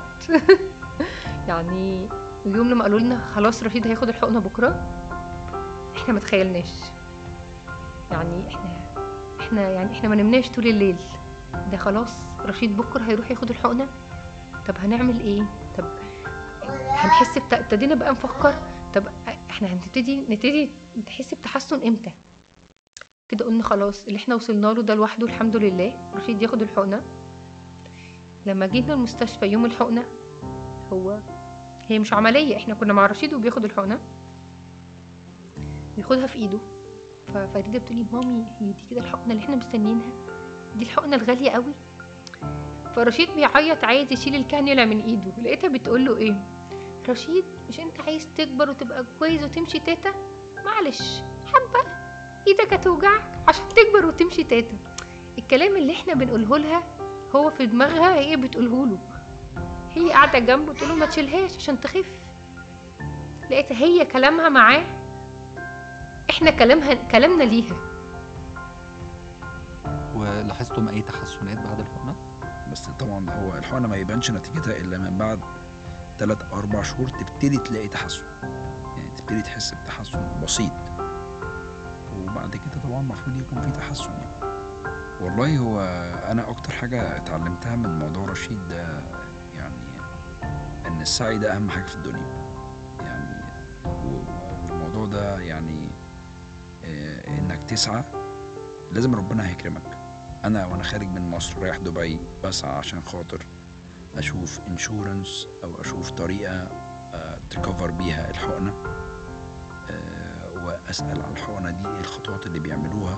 يعني اليوم لما قالوا لنا خلاص رشيد هياخد الحقنة بكرة، احنا ما تخيلناش. يعني احنا احنا يعني احنا ما نمناش طول الليل، ده خلاص رشيد بكرة هيروح ياخد الحقنة. طب هنعمل ايه؟ طب هنحس بت... ابتدينا بقى نفكر، طب احنا هنبتدي نبتدي نحس بتحسن امتى؟ كده قلنا خلاص اللي احنا وصلنا له ده لوحده الحمد لله، رشيد ياخد الحقنة. لما جينا المستشفى يوم الحقنة، هو هي مش عملية، احنا كنا مع رشيد وبياخد الحقنة بياخدها في ايده. ففريدة بتقولي مامي هي دي كده الحقنة اللي احنا مستنيينها؟ دي الحقنة الغالية قوي. فرشيد بيعيط عايز يشيل الكانيولا من ايده، لقيتها بتقول له ايه؟ رشيد مش انت عايز تكبر وتبقى كويس وتمشي تاتا؟ معلش حبة ايدك هتوجعك عشان تكبر وتمشي تاتا. الكلام اللي احنا بنقوله لها هو في دماغها هي بتقوله له، هي قاعدة جنبه تقوله ما تشيلهاش عشان تخف. لقيتها هي كلامها معاه، احنا كلامها كلامنا ليها. ولاحظتم اي تحسنات بعد الحقنه؟ بس طبعا هو الحقنه ما يبانش نتيجتها الا من بعد ثلاث أو أربع شهور تبتدي تلاقي تحسن، يعني تبتدي تحس بتحسن بسيط، وبعد كده طبعا المفروض يكون في تحسن يعني. والله هو انا اكتر حاجه اتعلمتها من موضوع رشيد ده يعني ان السعي ده اهم حاجه في الدنيا يعني. والموضوع ده يعني آه، انك تسعى لازم ربنا هيكرمك. انا وانا خارج من مصر رايح دبي بسعى عشان خاطر اشوف انشورنس او اشوف طريقه آه، تكفر بيها الحقنه، آه، واسال على الحقنه دي ايه الخطوات اللي بيعملوها.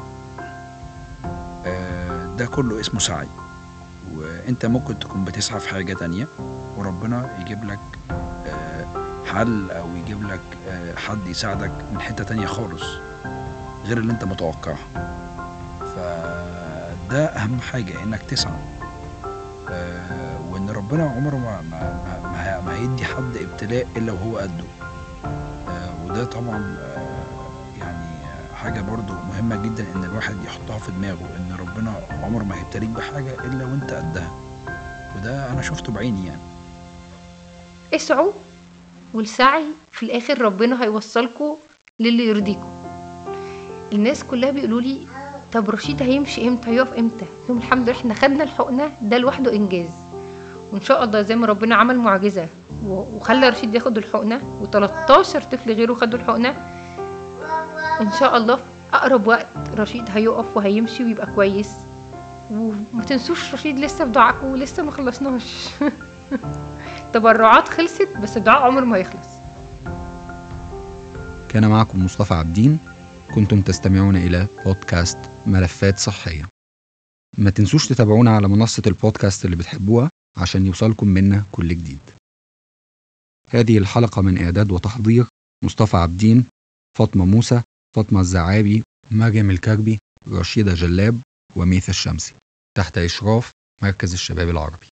آه، ده كله اسمه سعي. وانت ممكن تكون بتسعى في حاجه تانية وربنا يجيب لك آه، حل او يجيب لك آه، حد يساعدك من حته تانية خالص غير اللي انت متوقعها. فده اهم حاجه انك تسعى، آه، وان ربنا عمره ما ما, ما, ما, ما هيدي حد ابتلاء الا وهو قده. آه، وده طبعا آه، يعني حاجه برضو مهمه جدا ان الواحد يحطها في دماغه، ان ربنا عمره ما هيبتليك بحاجه الا وانت قدها. وده انا شفته بعيني يعني. اسعوا، والسعي في الاخر ربنا هيوصلكوا للي يرضيكوا. الناس كلها بيقولوا لي طب رشيد هيمشي امتى، هيقف امتى؟ لهم الحمد لله احنا خدنا الحقنه، ده لوحده انجاز. وان شاء الله زي ما ربنا عمل معجزه وخلى رشيد ياخد الحقنه و13 طفل غيره خدوا الحقنه، ان شاء الله في اقرب وقت رشيد هيقف وهيمشي ويبقى كويس. وما تنسوش رشيد لسه في دعائكم ولسه ما خلصناش. تبرعات خلصت بس الدعاء عمر ما يخلص. كان معكم مصطفى عبدين، كنتم تستمعون إلى بودكاست ملفات صحية. ما تنسوش تتابعونا على منصة البودكاست اللي بتحبوها عشان يوصلكم منا كل جديد. هذه الحلقة من إعداد وتحضير مصطفى عبدين، فاطمة موسى، فاطمة الزعابي، مريم الكربي، رشيدة جلاب، وميثا الشمسي، تحت إشراف مركز الشباب العربي.